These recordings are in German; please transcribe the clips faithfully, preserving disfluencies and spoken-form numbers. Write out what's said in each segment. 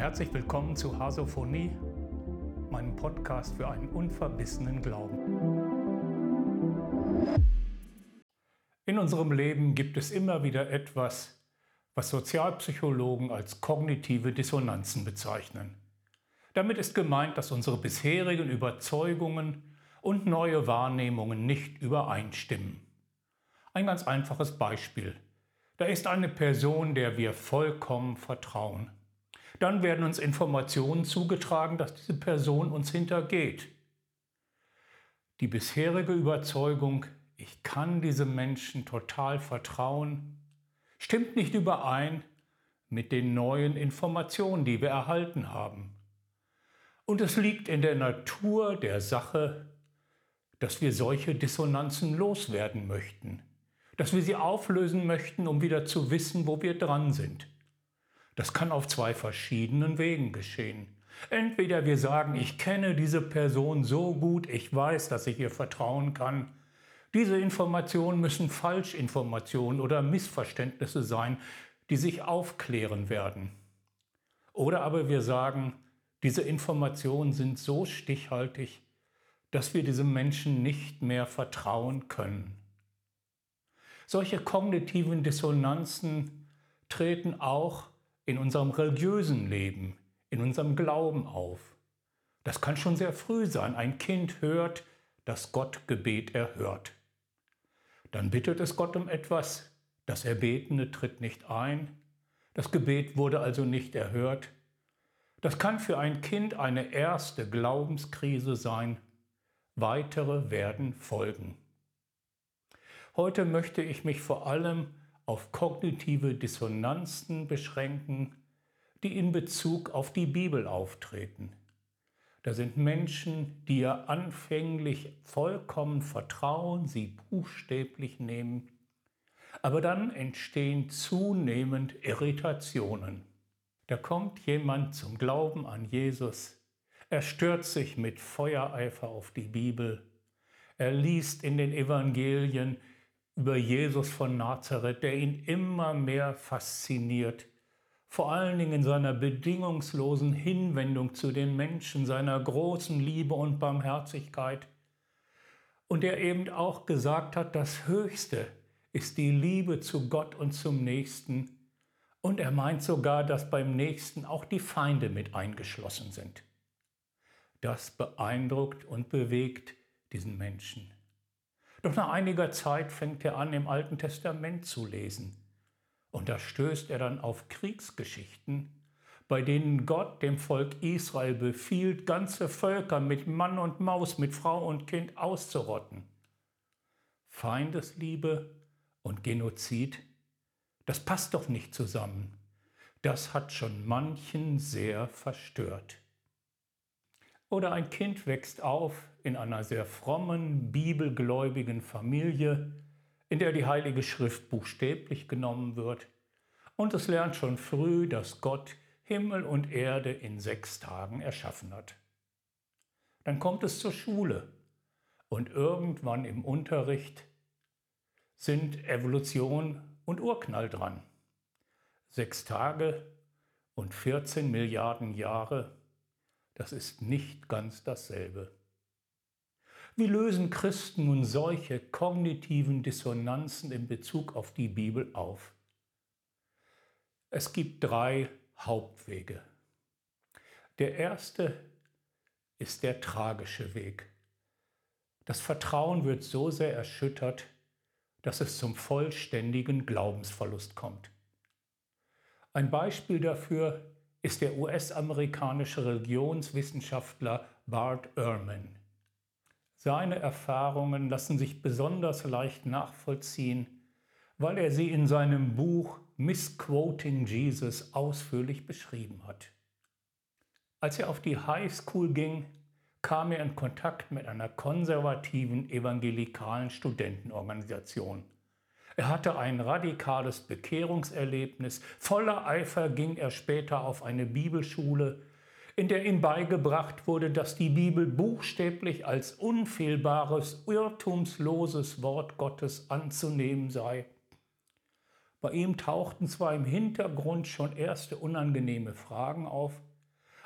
Herzlich willkommen zu Hasophonie, meinem Podcast für einen unverbissenen Glauben. In unserem Leben gibt es immer wieder etwas, was Sozialpsychologen als kognitive Dissonanzen bezeichnen. Damit ist gemeint, dass unsere bisherigen Überzeugungen und neue Wahrnehmungen nicht übereinstimmen. Ein ganz einfaches Beispiel. Da ist eine Person, der wir vollkommen vertrauen. Dann werden uns Informationen zugetragen, dass diese Person uns hintergeht. Die bisherige Überzeugung, ich kann diesem Menschen total vertrauen, stimmt nicht überein mit den neuen Informationen, die wir erhalten haben. Und es liegt in der Natur der Sache, dass wir solche Dissonanzen loswerden möchten, dass wir sie auflösen möchten, um wieder zu wissen, wo wir dran sind. Das kann auf zwei verschiedenen Wegen geschehen. Entweder wir sagen, ich kenne diese Person so gut, ich weiß, dass ich ihr vertrauen kann. Diese Informationen müssen Falschinformationen oder Missverständnisse sein, die sich aufklären werden. Oder aber wir sagen, diese Informationen sind so stichhaltig, dass wir diesem Menschen nicht mehr vertrauen können. Solche kognitiven Dissonanzen treten auch in unserem religiösen Leben, in unserem Glauben auf. Das kann schon sehr früh sein. Ein Kind hört, dass Gott Gebet erhört. Dann bittet es Gott um etwas, das Erbetene tritt nicht ein. Das Gebet wurde also nicht erhört. Das kann für ein Kind eine erste Glaubenskrise sein. Weitere werden folgen. Heute möchte ich mich vor allem auf kognitive Dissonanzen beschränken, die in Bezug auf die Bibel auftreten. Da sind Menschen, die ihr anfänglich vollkommen vertrauen, sie buchstäblich nehmen, aber dann entstehen zunehmend Irritationen. Da kommt jemand zum Glauben an Jesus, er stürzt sich mit Feuereifer auf die Bibel, er liest in den Evangelien über Jesus von Nazareth, der ihn immer mehr fasziniert, vor allen Dingen in seiner bedingungslosen Hinwendung zu den Menschen, seiner großen Liebe und Barmherzigkeit. Und der eben auch gesagt hat, das Höchste ist die Liebe zu Gott und zum Nächsten. Und er meint sogar, dass beim Nächsten auch die Feinde mit eingeschlossen sind. Das beeindruckt und bewegt diesen Menschen. Doch nach einiger Zeit fängt er an, im Alten Testament zu lesen. Und da stößt er dann auf Kriegsgeschichten, bei denen Gott dem Volk Israel befiehlt, ganze Völker mit Mann und Maus, mit Frau und Kind auszurotten. Feindesliebe und Genozid, das passt doch nicht zusammen. Das hat schon manchen sehr verstört. Oder ein Kind wächst auf in einer sehr frommen, bibelgläubigen Familie, in der die Heilige Schrift buchstäblich genommen wird. Und es lernt schon früh, dass Gott Himmel und Erde in sechs Tagen erschaffen hat. Dann kommt es zur Schule und irgendwann im Unterricht sind Evolution und Urknall dran. Sechs Tage und vierzehn Milliarden Jahre. Das ist nicht ganz dasselbe. Wie lösen Christen nun solche kognitiven Dissonanzen in Bezug auf die Bibel auf? Es gibt drei Hauptwege. Der erste ist der tragische Weg. Das Vertrauen wird so sehr erschüttert, dass es zum vollständigen Glaubensverlust kommt. Ein Beispiel dafür ist der U S-amerikanische Religionswissenschaftler Bart Ehrman. Seine Erfahrungen lassen sich besonders leicht nachvollziehen, weil er sie in seinem Buch Misquoting Jesus ausführlich beschrieben hat. Als er auf die High School ging, kam er in Kontakt mit einer konservativen evangelikalen Studentenorganisation. Er hatte ein radikales Bekehrungserlebnis. Voller Eifer ging er später auf eine Bibelschule, in der ihm beigebracht wurde, dass die Bibel buchstäblich als unfehlbares, irrtumsloses Wort Gottes anzunehmen sei. Bei ihm tauchten zwar im Hintergrund schon erste unangenehme Fragen auf,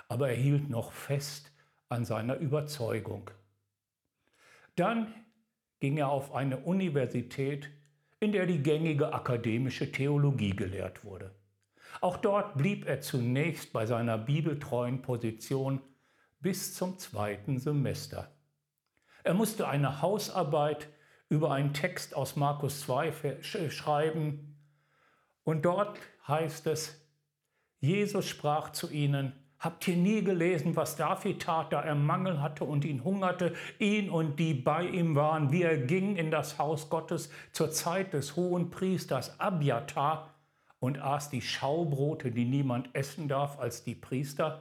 aber er hielt noch fest an seiner Überzeugung. Dann ging er auf eine Universität, in der die gängige akademische Theologie gelehrt wurde. Auch dort blieb er zunächst bei seiner bibeltreuen Position bis zum zweiten Semester. Er musste eine Hausarbeit über einen Text aus Markus zwei schreiben und dort heißt es, Jesus sprach zu ihnen, habt ihr nie gelesen, was David tat, da er Mangel hatte und ihn hungerte, ihn und die bei ihm waren, wie er ging in das Haus Gottes zur Zeit des hohen Priesters Abjatar und aß die Schaubrote, die niemand essen darf als die Priester?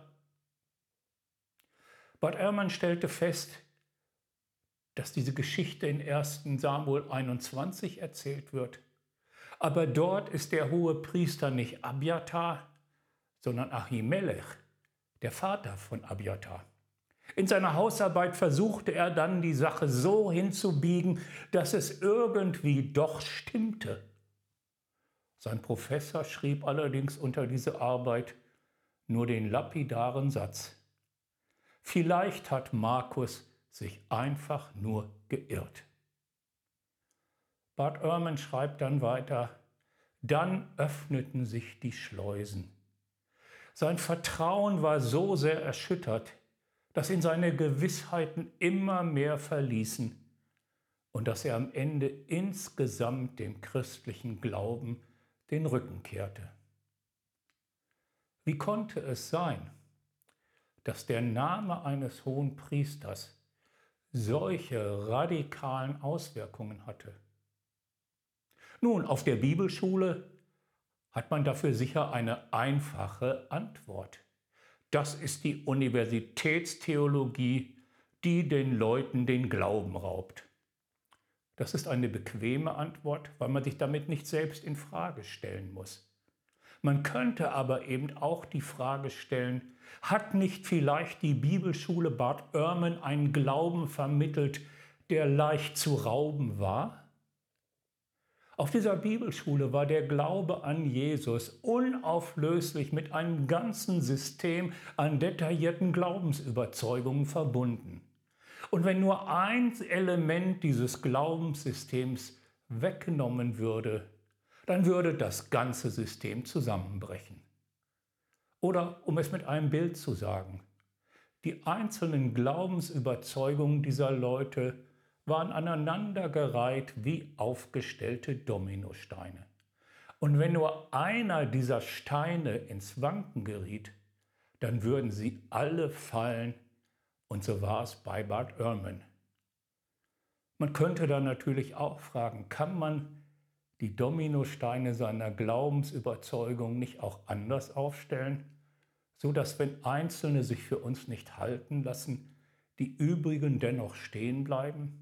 Bart Ehrman stellte fest, dass diese Geschichte in ersten Samuel einundzwanzig erzählt wird. Aber dort ist der hohe Priester nicht Abjatar, sondern Ahimelech, der Vater von Abjatar. In seiner Hausarbeit versuchte er dann, die Sache so hinzubiegen, dass es irgendwie doch stimmte. Sein Professor schrieb allerdings unter diese Arbeit nur den lapidaren Satz: Vielleicht hat Markus sich einfach nur geirrt. Bart Ehrman schreibt dann weiter, dann öffneten sich die Schleusen. Sein Vertrauen war so sehr erschüttert, dass ihn seine Gewissheiten immer mehr verließen und dass er am Ende insgesamt dem christlichen Glauben den Rücken kehrte. Wie konnte es sein, dass der Name eines hohen Priesters solche radikalen Auswirkungen hatte? Nun, auf der Bibelschule hat man dafür sicher eine einfache Antwort. Das ist die Universitätstheologie, die den Leuten den Glauben raubt. Das ist eine bequeme Antwort, weil man sich damit nicht selbst in Frage stellen muss. Man könnte aber eben auch die Frage stellen, hat nicht vielleicht die Bibelschule Bart Ehrman einen Glauben vermittelt, der leicht zu rauben war? Auf dieser Bibelschule war der Glaube an Jesus unauflöslich mit einem ganzen System an detaillierten Glaubensüberzeugungen verbunden. Und wenn nur ein Element dieses Glaubenssystems weggenommen würde, dann würde das ganze System zusammenbrechen. Oder um es mit einem Bild zu sagen, die einzelnen Glaubensüberzeugungen dieser Leute waren aneinandergereiht wie aufgestellte Dominosteine. Und wenn nur einer dieser Steine ins Wanken geriet, dann würden sie alle fallen, und so war es bei Bart Ehrman. Man könnte dann natürlich auch fragen, kann man die Dominosteine seiner Glaubensüberzeugung nicht auch anders aufstellen, so dass wenn Einzelne sich für uns nicht halten lassen, die übrigen dennoch stehen bleiben?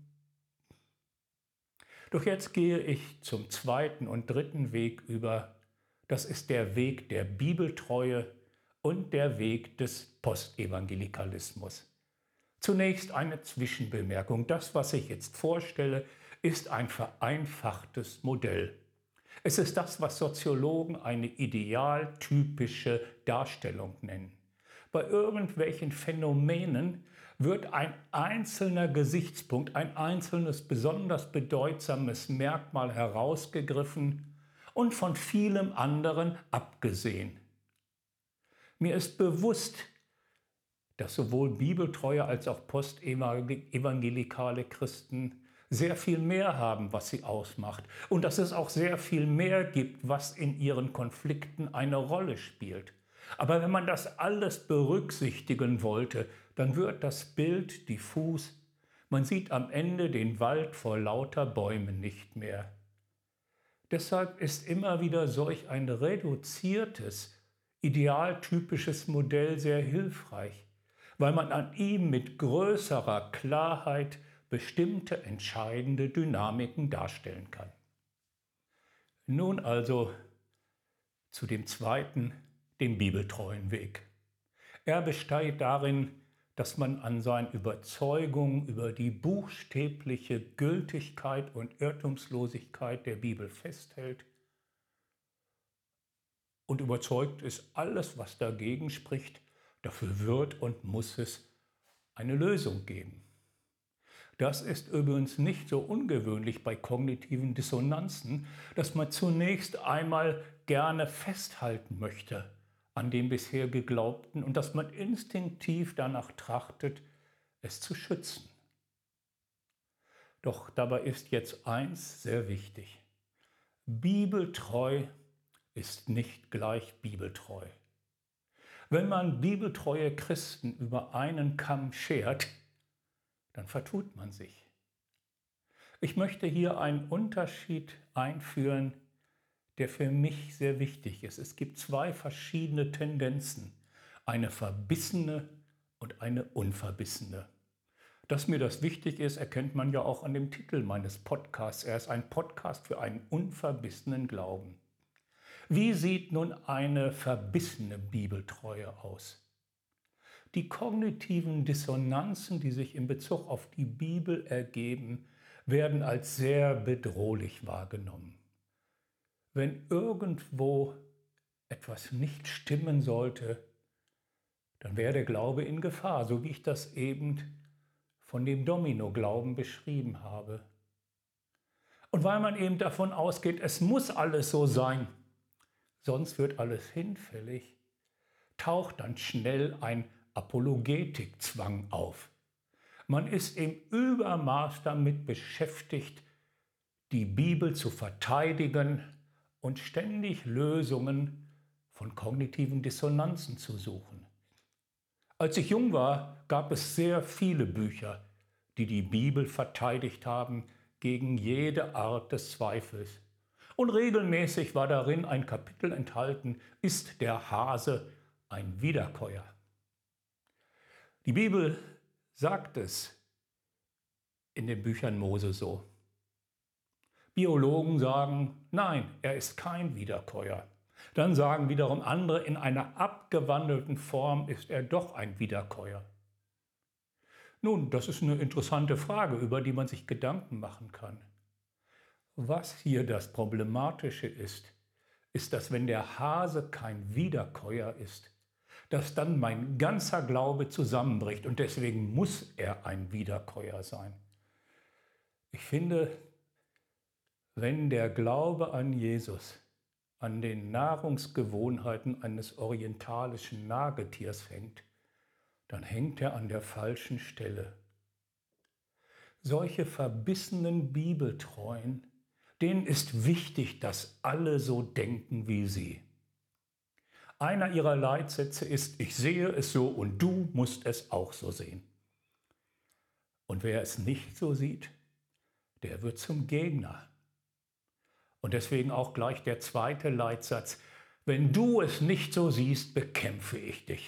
Doch jetzt gehe ich zum zweiten und dritten Weg über. Das ist der Weg der Bibeltreue und der Weg des Postevangelikalismus. Zunächst eine Zwischenbemerkung. Das, was ich jetzt vorstelle, ist ein vereinfachtes Modell. Es ist das, was Soziologen eine idealtypische Darstellung nennen. Bei irgendwelchen Phänomenen wird ein einzelner Gesichtspunkt, ein einzelnes besonders bedeutsames Merkmal herausgegriffen und von vielem anderen abgesehen. Mir ist bewusst, dass sowohl bibeltreue als auch postevangelikale Christen sehr viel mehr haben, was sie ausmacht, und dass es auch sehr viel mehr gibt, was in ihren Konflikten eine Rolle spielt. Aber wenn man das alles berücksichtigen wollte, dann wird das Bild diffus. Man sieht am Ende den Wald vor lauter Bäumen nicht mehr. Deshalb ist immer wieder solch ein reduziertes, idealtypisches Modell sehr hilfreich, weil man an ihm mit größerer Klarheit bestimmte entscheidende Dynamiken darstellen kann. Nun also zu dem zweiten, dem bibeltreuen Weg. Er besteht darin, dass man an seinen Überzeugungen über die buchstäbliche Gültigkeit und Irrtumslosigkeit der Bibel festhält und überzeugt ist, alles, was dagegen spricht, Dafür wird und muss es eine Lösung geben. Das ist übrigens nicht so ungewöhnlich bei kognitiven Dissonanzen, dass man zunächst einmal gerne festhalten möchte an dem bisher Geglaubten und dass man instinktiv danach trachtet, es zu schützen. Doch dabei ist jetzt eins sehr wichtig. Bibeltreu ist nicht gleich bibeltreu. Wenn man bibeltreue Christen über einen Kamm schert, dann vertut man sich. Ich möchte hier einen Unterschied einführen, der für mich sehr wichtig ist. Es gibt zwei verschiedene Tendenzen, eine verbissene und eine unverbissene. Dass mir das wichtig ist, erkennt man ja auch an dem Titel meines Podcasts. Er ist ein Podcast für einen unverbissenen Glauben. Wie sieht nun eine verbissene Bibeltreue aus? Die kognitiven Dissonanzen, die sich in Bezug auf die Bibel ergeben, werden als sehr bedrohlich wahrgenommen. Wenn irgendwo etwas nicht stimmen sollte, dann wäre der Glaube in Gefahr, so wie ich das eben von dem Domino-Glauben beschrieben habe. Und weil man eben davon ausgeht, es muss alles so sein, sonst wird alles hinfällig, taucht dann schnell ein Apologetikzwang auf. Man ist im Übermaß damit beschäftigt, die Bibel zu verteidigen und ständig Lösungen von kognitiven Dissonanzen zu suchen. Als ich jung war, gab es sehr viele Bücher, die die Bibel verteidigt haben gegen jede Art des Zweifels. Und regelmäßig war darin ein Kapitel enthalten: Ist der Hase ein Wiederkäuer? Die Bibel sagt es in den Büchern Mose so. Biologen sagen, nein, er ist kein Wiederkäuer. Dann sagen wiederum andere, in einer abgewandelten Form ist er doch ein Wiederkäuer. Nun, das ist eine interessante Frage, über die man sich Gedanken machen kann. Was hier das Problematische ist, ist, dass wenn der Hase kein Wiederkäuer ist, dass dann mein ganzer Glaube zusammenbricht und deswegen muss er ein Wiederkäuer sein. Ich finde, wenn der Glaube an Jesus an den Nahrungsgewohnheiten eines orientalischen Nagetiers hängt, dann hängt er an der falschen Stelle. Solche verbissenen Bibeltreuen, denen ist wichtig, dass alle so denken wie sie. Einer ihrer Leitsätze ist: Ich sehe es so und du musst es auch so sehen. Und wer es nicht so sieht, der wird zum Gegner. Und deswegen auch gleich der zweite Leitsatz: Wenn du es nicht so siehst, bekämpfe ich dich.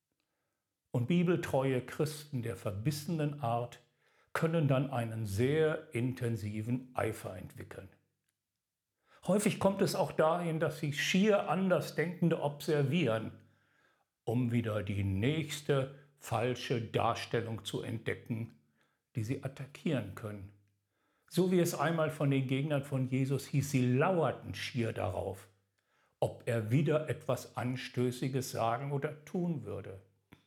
Und bibeltreue Christen der verbissenen Art können dann einen sehr intensiven Eifer entwickeln. Häufig kommt es auch dahin, dass sie schier Andersdenkende observieren, um wieder die nächste falsche Darstellung zu entdecken, die sie attackieren können. So wie es einmal von den Gegnern von Jesus hieß, sie lauerten schier darauf, ob er wieder etwas Anstößiges sagen oder tun würde.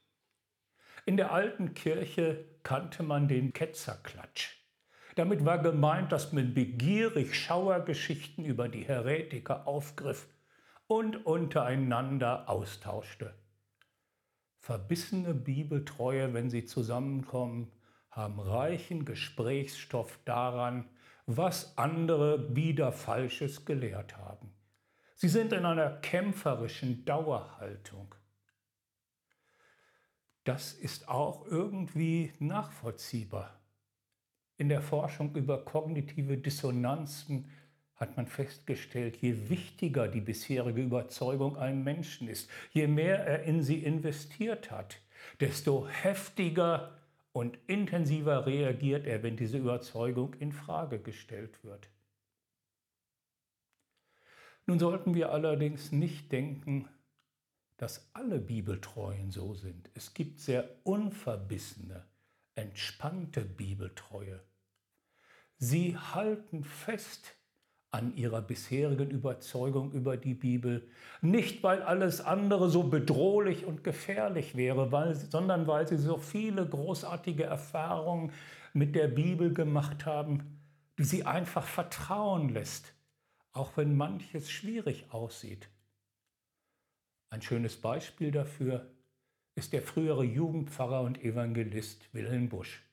In der alten Kirche kannte man den Ketzerklatsch. Damit war gemeint, dass man begierig Schauergeschichten über die Häretiker aufgriff und untereinander austauschte. Verbissene Bibeltreue, wenn sie zusammenkommen, haben reichen Gesprächsstoff daran, was andere wieder Falsches gelehrt haben. Sie sind in einer kämpferischen Dauerhaltung. Das ist auch irgendwie nachvollziehbar. In der Forschung über kognitive Dissonanzen hat man festgestellt, je wichtiger die bisherige Überzeugung einem Menschen ist, je mehr er in sie investiert hat, desto heftiger und intensiver reagiert er, wenn diese Überzeugung in Frage gestellt wird. Nun sollten wir allerdings nicht denken, dass alle Bibeltreuen so sind. Es gibt sehr unverbissene, entspannte Bibeltreue. Sie halten fest an ihrer bisherigen Überzeugung über die Bibel. Nicht, weil alles andere so bedrohlich und gefährlich wäre, weil, sondern weil sie so viele großartige Erfahrungen mit der Bibel gemacht haben, die sie einfach vertrauen lässt, auch wenn manches schwierig aussieht. Ein schönes Beispiel dafür ist der frühere Jugendpfarrer und Evangelist Wilhelm Busch.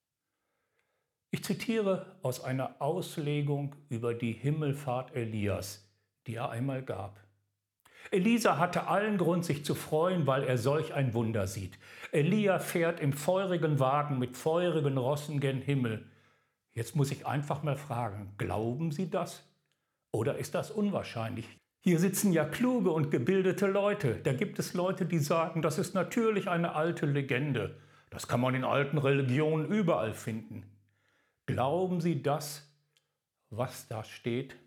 Ich zitiere aus einer Auslegung über die Himmelfahrt Elias, die er einmal gab. Elisa hatte allen Grund, sich zu freuen, weil er solch ein Wunder sieht. Elia fährt im feurigen Wagen mit feurigen Rossen gen Himmel. Jetzt muss ich einfach mal fragen, glauben Sie das? Oder ist das unwahrscheinlich? Hier sitzen ja kluge und gebildete Leute. Da gibt es Leute, die sagen, das ist natürlich eine alte Legende. Das kann man in alten Religionen überall finden. Glauben Sie das, was da steht?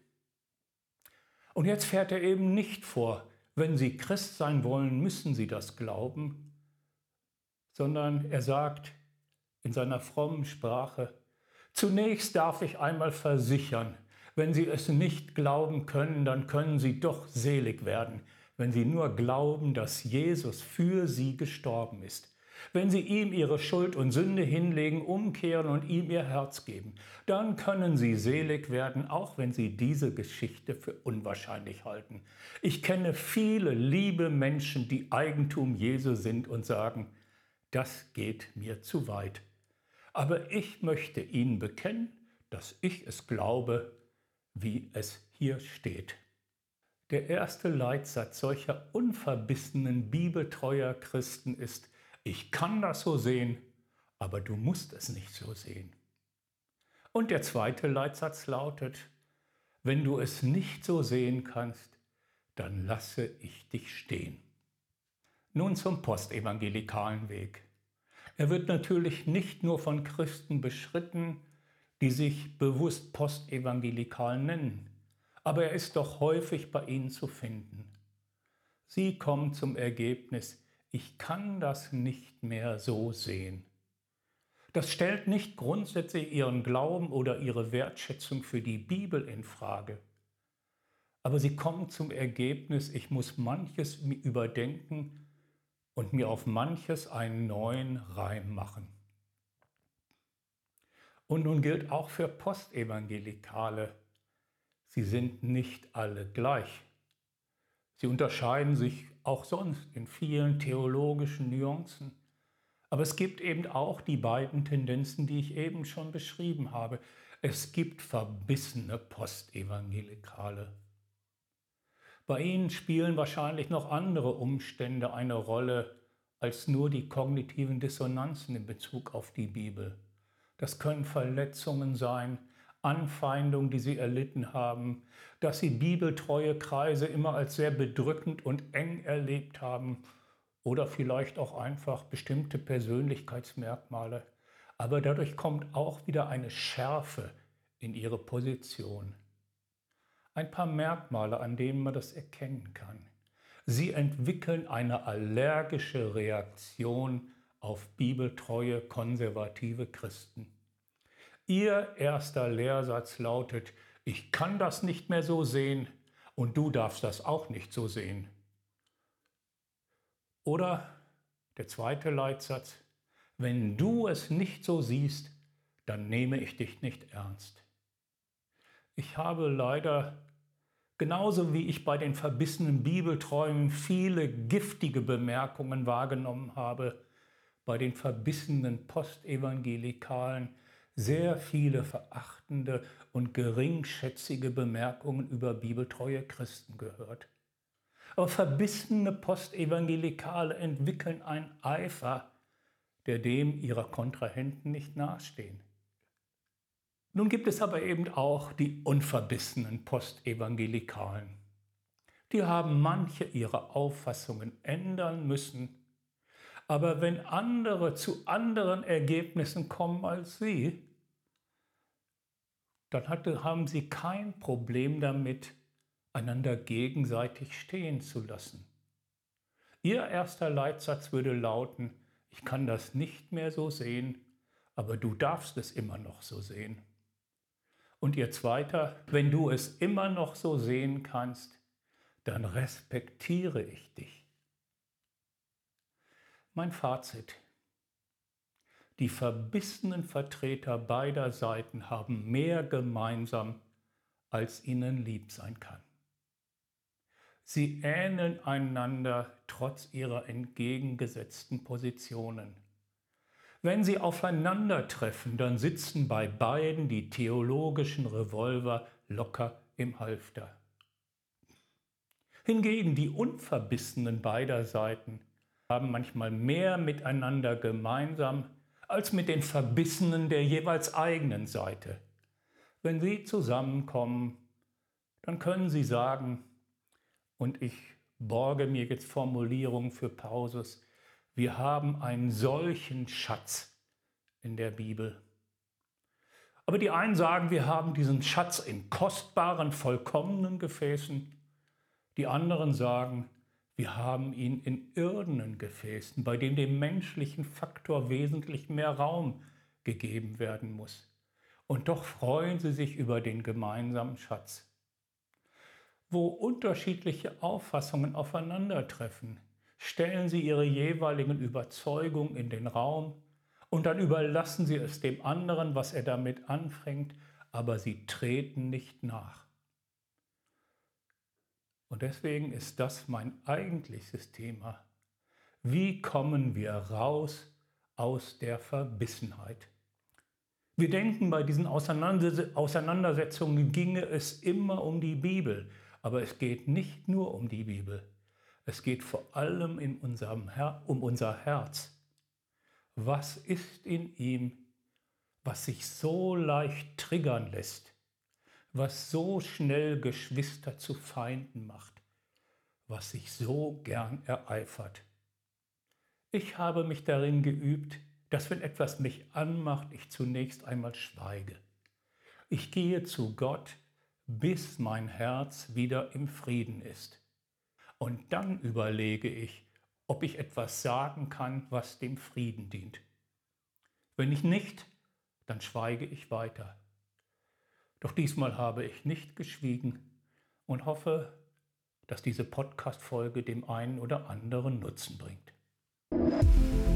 Und jetzt fährt er eben nicht vor, wenn Sie Christ sein wollen, müssen Sie das glauben, sondern er sagt in seiner frommen Sprache, zunächst darf ich einmal versichern, wenn Sie es nicht glauben können, dann können Sie doch selig werden, wenn Sie nur glauben, dass Jesus für Sie gestorben ist. Wenn Sie ihm Ihre Schuld und Sünde hinlegen, umkehren und ihm Ihr Herz geben, dann können Sie selig werden, auch wenn Sie diese Geschichte für unwahrscheinlich halten. Ich kenne viele liebe Menschen, die Eigentum Jesu sind und sagen, das geht mir zu weit. Aber ich möchte Ihnen bekennen, dass ich es glaube, wie es hier steht. Der erste Leitsatz solcher unverbissenen, bibeltreuer Christen ist, ich kann das so sehen, aber du musst es nicht so sehen. Und der zweite Leitsatz lautet, wenn du es nicht so sehen kannst, dann lasse ich dich stehen. Nun zum postevangelikalen Weg. Er wird natürlich nicht nur von Christen beschritten, die sich bewusst postevangelikal nennen, aber er ist doch häufig bei ihnen zu finden. Sie kommen zum Ergebnis, ich kann das nicht mehr so sehen. Das stellt nicht grundsätzlich ihren Glauben oder ihre Wertschätzung für die Bibel in Frage. Aber sie kommen zum Ergebnis, ich muss manches überdenken und mir auf manches einen neuen Reim machen. Und nun gilt auch für Postevangelikale, sie sind nicht alle gleich. Sie unterscheiden sich auch sonst in vielen theologischen Nuancen. Aber es gibt eben auch die beiden Tendenzen, die ich eben schon beschrieben habe. Es gibt verbissene Postevangelikale. Bei ihnen spielen wahrscheinlich noch andere Umstände eine Rolle als nur die kognitiven Dissonanzen in Bezug auf die Bibel. Das können Verletzungen sein, Anfeindungen, die sie erlitten haben, dass sie bibeltreue Kreise immer als sehr bedrückend und eng erlebt haben oder vielleicht auch einfach bestimmte Persönlichkeitsmerkmale. Aber dadurch kommt auch wieder eine Schärfe in ihre Position. Ein paar Merkmale, an denen man das erkennen kann. Sie entwickeln eine allergische Reaktion auf bibeltreue, konservative Christen. Ihr erster Lehrsatz lautet, ich kann das nicht mehr so sehen und du darfst das auch nicht so sehen. Oder der zweite Leitsatz, wenn du es nicht so siehst, dann nehme ich dich nicht ernst. Ich habe leider, genauso wie ich bei den verbissenen Bibelträumen viele giftige Bemerkungen wahrgenommen habe, bei den verbissenen Postevangelikalen sehr viele verachtende und geringschätzige Bemerkungen über bibeltreue Christen gehört. Aber verbissene Postevangelikale entwickeln einen Eifer, der dem ihrer Kontrahenten nicht nahestehen. Nun gibt es aber eben auch die unverbissenen Postevangelikalen. Die haben manche ihre Auffassungen ändern müssen, aber wenn andere zu anderen Ergebnissen kommen als sie, dann hatte, haben sie kein Problem damit, einander gegenseitig stehen zu lassen. Ihr erster Leitsatz würde lauten, ich kann das nicht mehr so sehen, aber du darfst es immer noch so sehen. Und ihr Zweiter, wenn du es immer noch so sehen kannst, dann respektiere ich dich. Mein Fazit. Die verbissenen Vertreter beider Seiten haben mehr gemeinsam, als ihnen lieb sein kann. Sie ähneln einander trotz ihrer entgegengesetzten Positionen. Wenn sie aufeinandertreffen, dann sitzen bei beiden die theologischen Revolver locker im Halfter. Hingegen die Unverbissenen beider Seiten haben manchmal mehr miteinander gemeinsam als mit den Verbissenen der jeweils eigenen Seite. Wenn sie zusammenkommen, dann können sie sagen, und ich borge mir jetzt Formulierungen für Paulus, wir haben einen solchen Schatz in der Bibel. Aber die einen sagen, wir haben diesen Schatz in kostbaren, vollkommenen Gefäßen. Die anderen sagen, wir haben ihn in irdenen Gefäßen, bei dem dem menschlichen Faktor wesentlich mehr Raum gegeben werden muss. Und doch freuen sie sich über den gemeinsamen Schatz. Wo unterschiedliche Auffassungen aufeinandertreffen, stellen sie ihre jeweiligen Überzeugungen in den Raum und dann überlassen sie es dem anderen, was er damit anfängt, aber sie treten nicht nach. Und deswegen ist das mein eigentliches Thema. Wie kommen wir raus aus der Verbissenheit? Wir denken, bei diesen Auseinandersetzungen ginge es immer um die Bibel, aber es geht nicht nur um die Bibel. Es geht vor allem in unserem Her- um unser Herz. Was ist in ihm, was sich so leicht triggern lässt, was so schnell Geschwister zu Feinden macht, was sich so gern ereifert? Ich habe mich darin geübt, dass wenn etwas mich anmacht, ich zunächst einmal schweige. Ich gehe zu Gott, bis mein Herz wieder im Frieden ist. Und dann überlege ich, ob ich etwas sagen kann, was dem Frieden dient. Wenn ich nicht, dann schweige ich weiter. Doch diesmal habe ich nicht geschwiegen und hoffe, dass diese Podcast-Folge dem einen oder anderen Nutzen bringt.